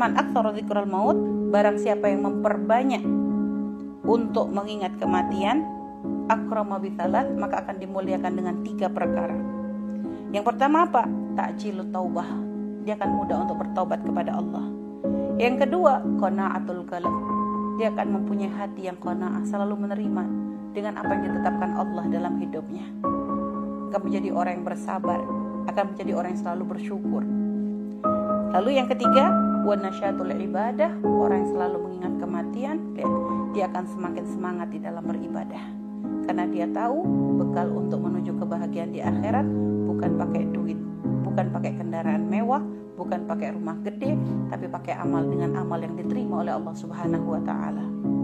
man aktsara dzikral maut, barang siapa yang memperbanyak untuk mengingat kematian, akrama bitsalah, maka akan dimuliakan dengan 3 perkara. Yang pertama apa? Ta'jilut taubah, dia akan mudah untuk bertaubat kepada Allah. Yang kedua, qanaatul qalb, dia akan mempunyai hati yang qanaah, selalu menerima dengan apa yang ditetapkan Allah dalam hidupnya. Akan menjadi orang yang bersabar, akan menjadi orang yang selalu bersyukur. Lalu yang ketiga, wa nasyatul ibadah, orang yang selalu mengingat kematian, dia akan semakin semangat di dalam beribadah. Karena dia tahu bekal untuk menuju kebahagiaan di akhirat bukan pakai duit, bukan pakai kendaraan mewah, bukan pakai rumah gede, tapi pakai amal dengan amal yang diterima oleh Allah Subhanahu wa taala.